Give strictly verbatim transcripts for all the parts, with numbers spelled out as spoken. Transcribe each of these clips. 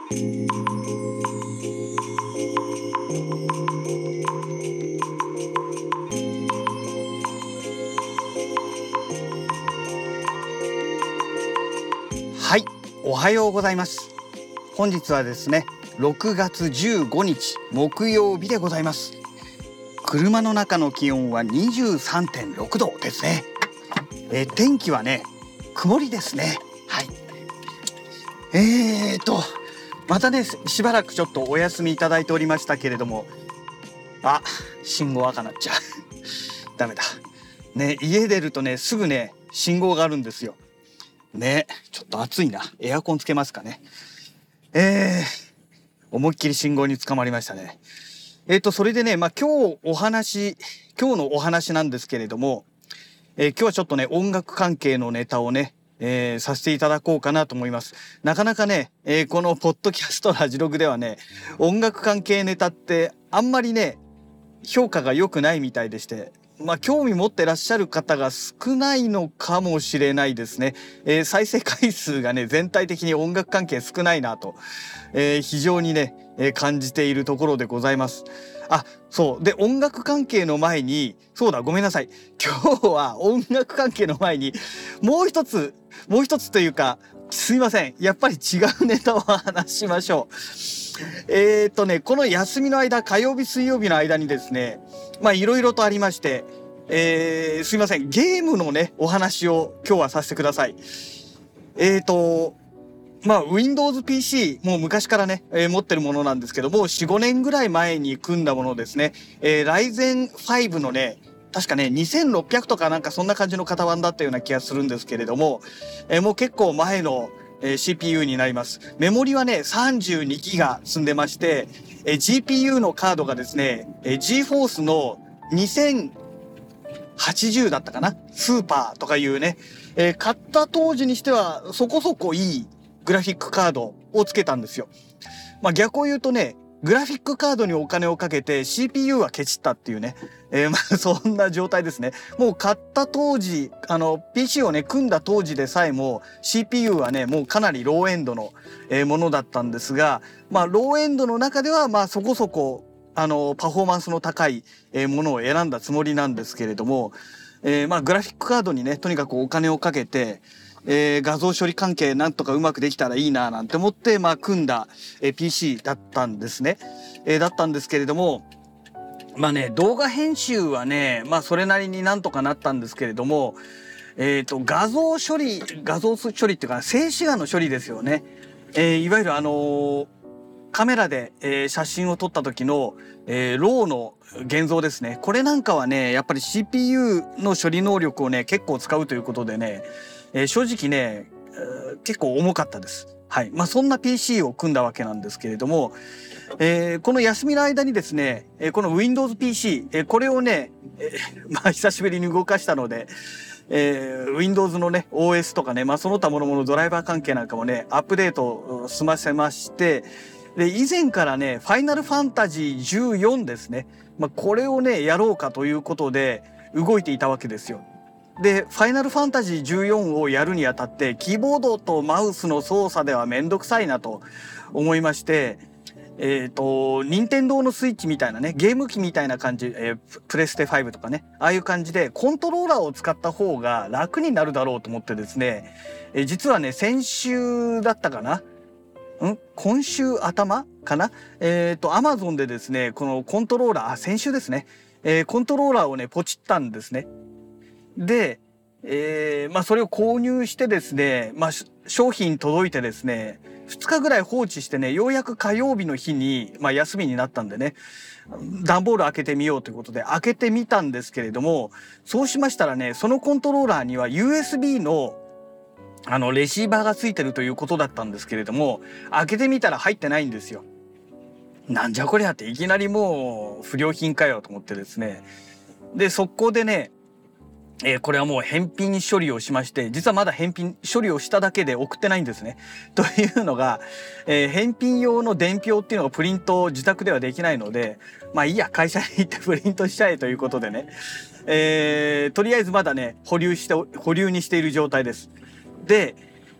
はい、おはようございます。本日はですね、ろくがつじゅうごにち木曜日でございます。車の中の気温は にじゅうさんてんろくどですね。えー、天気はね、曇りですね。はい。えーと、またね、しばらくちょっとお休みいただいておりましたけれども、あ、信号赤なっちゃう。ダメだ。ね、家出るとね、すぐね、信号があるんですよ。ね、ちょっと暑いな。エアコンつけますかね。えー、思いっきり信号に捕まりましたね。えーと、それでね、まあ今日お話、今日のお話なんですけれども、えー、今日はちょっとね、音楽関係のネタをね、えー、させていただこうかなと思います。なかなかね、えー、このポッドキャストラジログではね、音楽関係ネタってあんまりね、評価が良くないみたいでして、まあ興味持ってらっしゃる方が少ないのかもしれないですね。えー、再生回数がね、全体的に音楽関係少ないなと、えー、非常にね、えー、感じているところでございます。あ、そう。で、音楽関係の前に、そうだ、ごめんなさい。今日は音楽関係の前に、もう一つ、もう一つというか、すいません。やっぱり違うネタを話しましょう。えーっとね、この休みの間、火曜日、水曜日の間にですね、まあいろいろとありまして、えー、すいません。ゲームのね、お話を今日はさせてください。えーっと、まあ Windows ピーシー、もう昔からね、えー、持ってるものなんですけども、よん、ごねんぐらい前に組んだものですね。えー、ライゼンファイブのね、確かね、にせんろっぴゃくとかなんかそんな感じの型番だったような気がするんですけれども、えー、もう結構前の、えー、シーピーユー になります。メモリはね、さんじゅうにギガ積んでまして、えー、ジーピーユー のカードがですね、えー、ジーフォース のにせんはちじゅうだったかな、スーパーとかいうね、えー、買った当時にしてはそこそこいいグラフィックカードをつけたんですよ。まあ逆を言うとね、グラフィックカードにお金をかけて シーピーユー はケチったっていうね、えー、まあそんな状態ですね。もう買った当時、あの ピーシー をね組んだ当時でさえも シーピーユー はねもうかなりローエンドの、えー、ものだったんですが、まあローエンドの中ではまあそこそこあのパフォーマンスの高い、えー、ものを選んだつもりなんですけれども、えー、まあグラフィックカードにねとにかくお金をかけて、えー、画像処理関係なんとかうまくできたらいいななんて思って、まあ、組んだ、えー、ピーシー だったんですね。えー、だったんですけれども、まあね、動画編集はね、まあそれなりになんとかなったんですけれども、えっと、画像処理、画像処理っていうか、静止画の処理ですよね。えー、いわゆるあのー、カメラで、えー、写真を撮った時の、えー、ローの現像ですね。これなんかはね、やっぱり シーピーユー の処理能力をね、結構使うということでね、えー、正直ね、えー、結構重かったです。はい。まあそんな ピーシー を組んだわけなんですけれども、えー、この休みの間にですね、えー、この Windows ピーシー、えー、これをね、えー、まあ久しぶりに動かしたので、えー、Windows のね、オーエス とかね、まあその他諸々ドライバー関係なんかもね、アップデートを済ませまして、で、以前からね、ファイナルファンタジーじゅうよんですね。まあこれをね、やろうかということで動いていたわけですよ。で、ファイナルファンタジーじゅうよんをやるにあたって、キーボードとマウスの操作ではめんどくさいなと思いまして、えっと、任天堂のスイッチみたいなね、ゲーム機みたいな感じ、えー、プレステファイブとかね、ああいう感じでコントローラーを使った方が楽になるだろうと思ってですね、えー、実はね、先週だったかな、ん今週頭かな、えっと、アマゾンでですね、このコントローラー、あ、先週ですね、えー、コントローラーをね、ポチったんですね。で、えー、まあそれを購入してですね、まあ商品届いてですね、ふつかぐらい放置してね、ようやく火曜日の日に、まあ休みになったんでね、段ボール開けてみようということで開けてみたんですけれども、そうしましたらね、そのコントローラーには ユーエスビー のあのレシーバーがついてるということだったんですけれども、開けてみたら入ってないんですよ。なんじゃこりゃっていきなりもう不良品かよと思ってですね。で、速攻でね、えー、これはもう返品処理をしまして、実はまだ返品処理をしただけで送ってないんですね。というのが、えー、返品用の伝票っていうのがプリント自宅ではできないので、まあいいや、会社に行ってプリントしちゃえということでね、えー、とりあえずまだね、保留して、保留にしている状態です。で、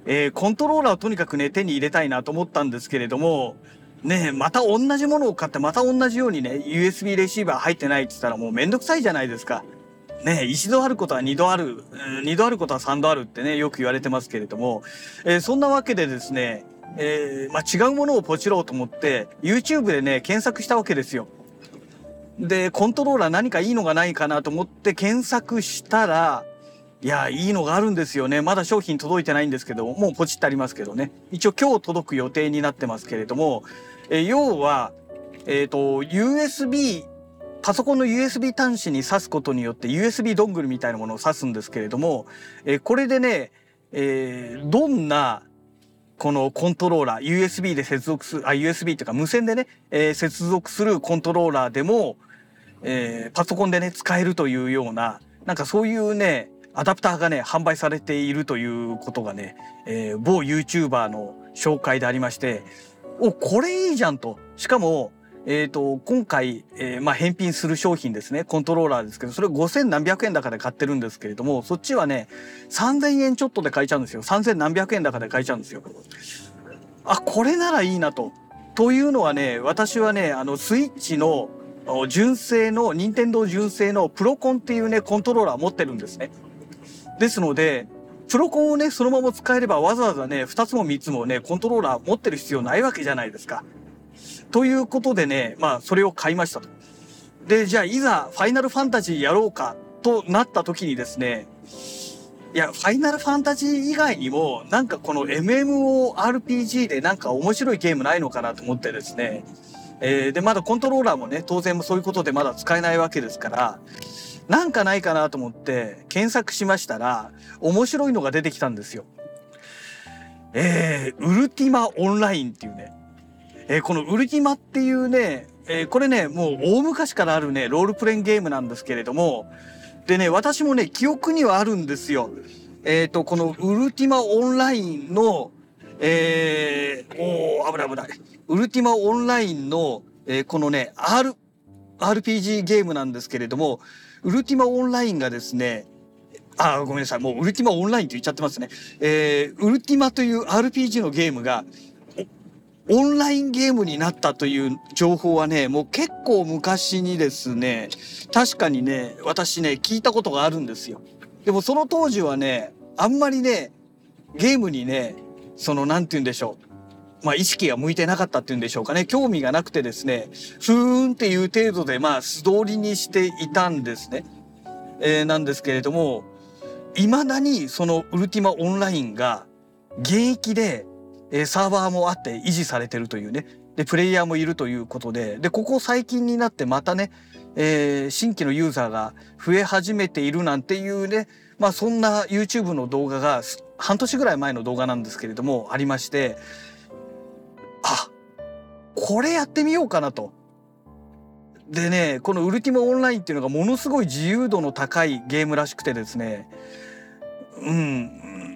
えー、コントローラーをとにかくね、手に入れたいなと思ったんですけれども、ねえ、また同じものを買って、また同じようにね、ユーエスビー レシーバー入ってないって言ったらもうめんどくさいじゃないですか。ねえ、一度あることは二度ある、二度あることは三度あるってね、よく言われてますけれども、えー、そんなわけでですね、えー、まあ、違うものをポチろうと思って、YouTube でね、検索したわけですよ。で、コントローラー何かいいのがないかなと思って検索したら、いや、いいのがあるんですよね。まだ商品届いてないんですけど、もうポチってありますけどね。一応今日届く予定になってますけれども、え要は、えっと、ユーエスビー、パソコンの ユーエスビー 端子に挿すことによって ユーエスビー ドングルみたいなものを挿すんですけれども、えこれでね、えー、どんなこのコントローラー、ユーエスビー で接続する、あ、ユーエスビー というか無線でね、えー、接続するコントローラーでも、えー、パソコンでね、使えるというような、なんかそういうね、アダプターがね、販売されているということがね、えー、某 YouTuber の紹介でありまして、お、これいいじゃんと。しかも、えっと、今回、えー、まあ、返品する商品ですね、コントローラーですけど、それごせんなんびゃくえん高で買ってるんですけれども、そっちはね、さんぜんえんちょっとで買えちゃうんですよ。さんぜんなんびゃくえん高で買えちゃうんですよ。あ、これならいいなと。というのはね、私はね、あの、スイッチの純正の、任天堂純正のプロコンっていうね、コントローラー持ってるんですね。ですので、プロコンをね、そのまま使えればわざわざね、ふたつもみっつもね、コントローラー持ってる必要ないわけじゃないですか。ということでね、まあ、それを買いましたと。で、じゃあ、いざ、ファイナルファンタジーやろうか、となった時にですね、いや、ファイナルファンタジー以外にも、なんかこの エムエムオーアールピージー でなんか面白いゲームないのかなと思ってですね、えー、で、まだコントローラーもね、当然そういうことでまだ使えないわけですから、なんかないかなと思って検索しましたら、面白いのが出てきたんですよ。えー、ウルティマオンラインっていうね、えー、このウルティマっていうね、えー、これね、もう大昔からあるね、ロールプレインゲームなんですけれども、でね、私もね、記憶にはあるんですよ。えっと、このウルティマオンラインの、えー、おー、危ない危ない。ウルティマオンラインの、えー、このね、R、アールピージー ゲームなんですけれども、ウルティマオンラインがですね、あ、ごめんなさい。もうウルティマオンラインって言っちゃってますね。えー、ウルティマという アールピージー のゲームが、オンラインゲームになったという情報はね、もう結構昔にですね、確かにね、私ね、聞いたことがあるんですよ。でもその当時はね、あんまりね、ゲームにね、その、なんて言うんでしょう。まあ、意識が向いてなかったっていうんでしょうかね。興味がなくてですね、ふーんっていう程度で、まあ、素通りにしていたんですね。えー、なんですけれども、未だにそのウルティマオンラインが現役で、えー、サーバーもあって維持されてるというね。で、プレイヤーもいるということで、で、ここ最近になってまたね、えー、新規のユーザーが増え始めているなんていうね、まあそんな YouTube の動画が半年ぐらい前の動画なんですけれどもありまして、あ、これやってみようかなと。でね、このウルティマオンラインっていうのがものすごい自由度の高いゲームらしくてですね、うん、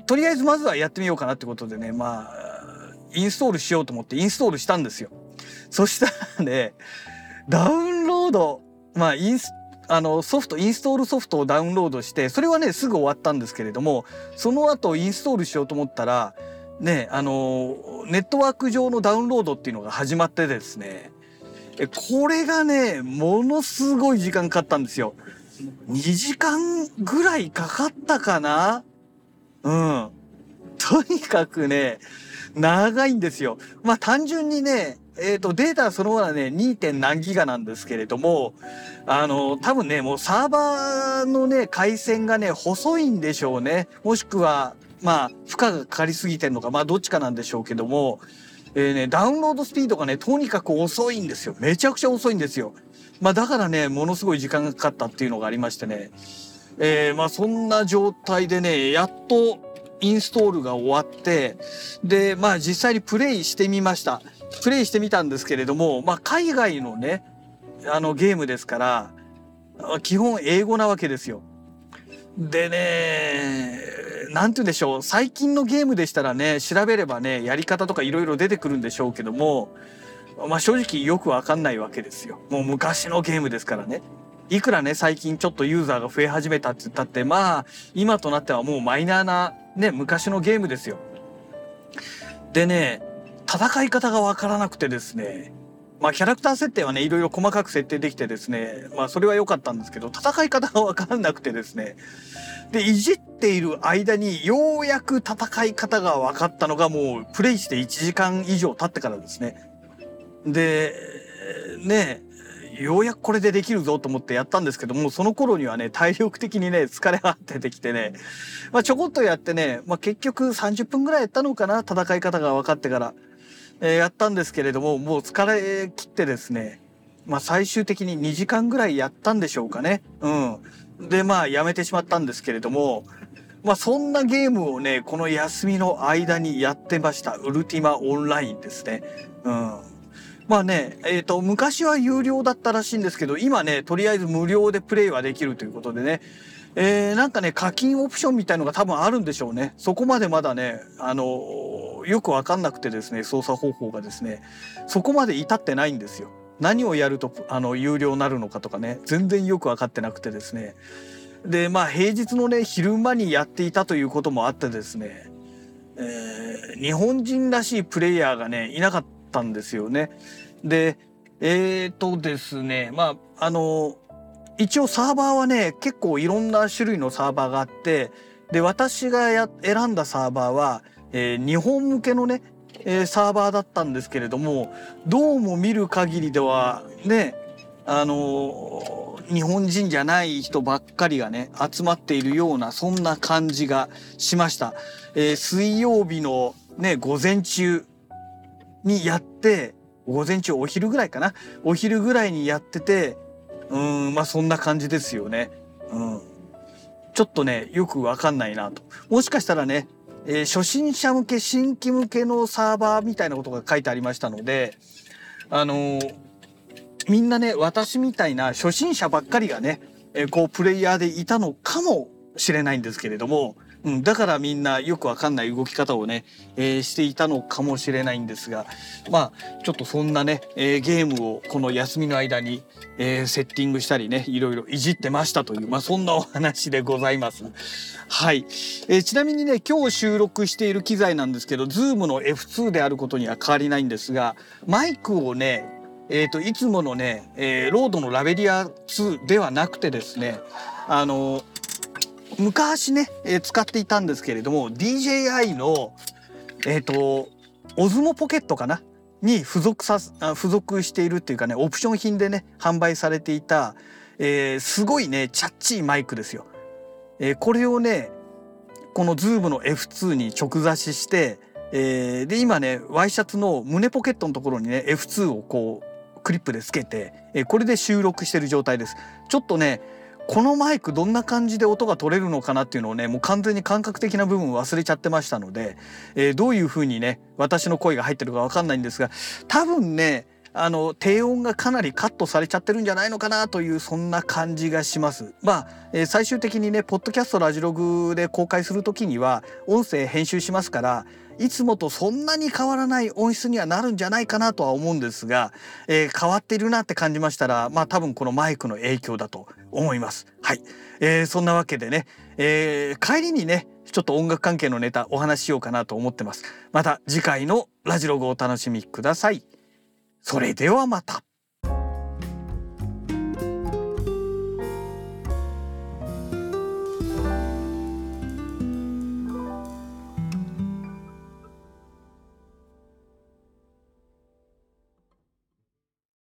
とりあえずまずはやってみようかなってことでね、まあ、インストールしようと思ってインストールしたんですよ。そしたらね、ダウンロード、まあ、インス、あの、ソフト、インストールソフトをダウンロードして、それはね、すぐ終わったんですけれども、その後インストールしようと思ったら、ね、あの、ネットワーク上のダウンロードっていうのが始まってですね、これがね、ものすごい時間かかったんですよ。にじかんぐらいかかったかな？うん。とにかくね、長いんですよ。まあ単純にね、えっと、データそのものはね、に. 点何ギガなんですけれども、あの、多分ね、もうサーバーのね、回線がね、細いんでしょうね。もしくは、まあ、負荷がかかりすぎてるのか、まあ、どっちかなんでしょうけども、えーね、ダウンロードスピードがね、とにかく遅いんですよ。めちゃくちゃ遅いんですよ。まあ、だからね、ものすごい時間がかかったっていうのがありましてね。えー、まあ、そんな状態でね、やっとインストールが終わって、で、まあ、実際にプレイしてみました。プレイしてみたんですけれども、まあ、海外のね、あの、ゲームですから、基本英語なわけですよ。でね、なんて言うんでしょう、最近のゲームでしたらね、調べればね、やり方とかいろいろ出てくるんでしょうけども、まあ正直よくわかんないわけですよ。もう昔のゲームですからね。いくらね、最近ちょっとユーザーが増え始めたって言ったって、まあ、今となってはもうマイナーなね、昔のゲームですよ。 でね、戦い方がわからなくてですね、まあキャラクター設定はねいろいろ細かく設定できてですね、まあそれは良かったんですけど、戦い方がわからなくてですね、でいじっている間にようやく戦い方が分かったのがもうプレイしていちじかん以上経ってからですね。でねようやくこれでできるぞと思ってやったんですけども、その頃にはね体力的にね疲れ果ててきてね、まあ、ちょこっとやってね、まあ、結局さんじゅっぷんぐらいやったのかな、戦い方が分かってから、えー、やったんですけれども、もう疲れ切ってですね、まあ、最終的ににじかんぐらいやったんでしょうかね。うん、でまあやめてしまったんですけれども、まあそんなゲームをねこの休みの間にやってました。ウルティマオンラインですね。うん、まあね、えーと、昔は有料だったらしいんですけど、今ね、とりあえず無料でプレイはできるということでね、えー、なんかね、課金オプションみたいのが多分あるんでしょうね。そこまでまだね、あの、よくわかんなくてですね、操作方法がですね、そこまで至ってないんですよ。何をやると、あの、有料になるのかとかね、全然よくわかってなくてですね。で、まあ、平日のね、昼間にやっていたということもあってですね、えー、日本人らしいプレイヤーがね、いなかったんですよね。で、えーとですね、まあ、あの、一応サーバーはね、結構いろんな種類のサーバーがあって、で、私がや選んだサーバーは、えー日本向けのね、えーサーバーだったんですけれども、どうも見る限りではね、あの日本人じゃない人ばっかりがね集まっているような、そんな感じがしました。えー水曜日のね午前中にやって、午前中お昼ぐらいかな、お昼ぐらいにやってて、うーんまあそんな感じですよね。うん、ちょっとねよくわかんないなと。もしかしたらね、えー初心者向け新規向けのサーバーみたいなことが書いてありましたので、あのーみんなね私みたいな初心者ばっかりがね、えーこうプレイヤーでいたのかもしれないんですけれども、うん、だからみんなよくわかんない動き方をね、えーしていたのかもしれないんですが、まあちょっとそんなね、えーゲームをこの休みの間に、えーセッティングしたりね、いろいろいじってましたという、まあそんなお話でございます。はい、えーちなみにね今日収録している機材なんですけど、Zoom の エフツー であることには変わりないんですが、マイクをねえー、といつものね、えーロードのラベリアツーではなくてですね、あの昔ね、えー使っていたんですけれども ディージェーアイ のえっ、とオズモポケットかなに付属さあ付属しているっていうかね、オプション品でね販売されていた、えーすごいねチャッチーマイクですよ。えーこれをねこの Zoom の エフツー に直差しして、えーで今ねワイシャツの胸ポケットのところにね エフツー をこうクリップでつけて、えーこれで収録してる状態です。ちょっとねこのマイクどんな感じで音が取れるのかなっていうのをねもう完全に感覚的な部分忘れちゃってましたので、えーどういう風にね私の声が入ってるかわかんないんですが、多分ねあの低音がかなりカットされちゃってるんじゃないのかなという、そんな感じがします。まあ、えー最終的にねポッドキャストラジログで公開する時には音声編集しますから、いつもとそんなに変わらない音質にはなるんじゃないかなとは思うんですが、えー変わっているなって感じましたら、まあ多分このマイクの影響だと思います。はい、えーそんなわけでね、えー帰りにねちょっと音楽関係のネタお話ししようかなと思ってます。また次回のラジログをお楽しみください。それではまた。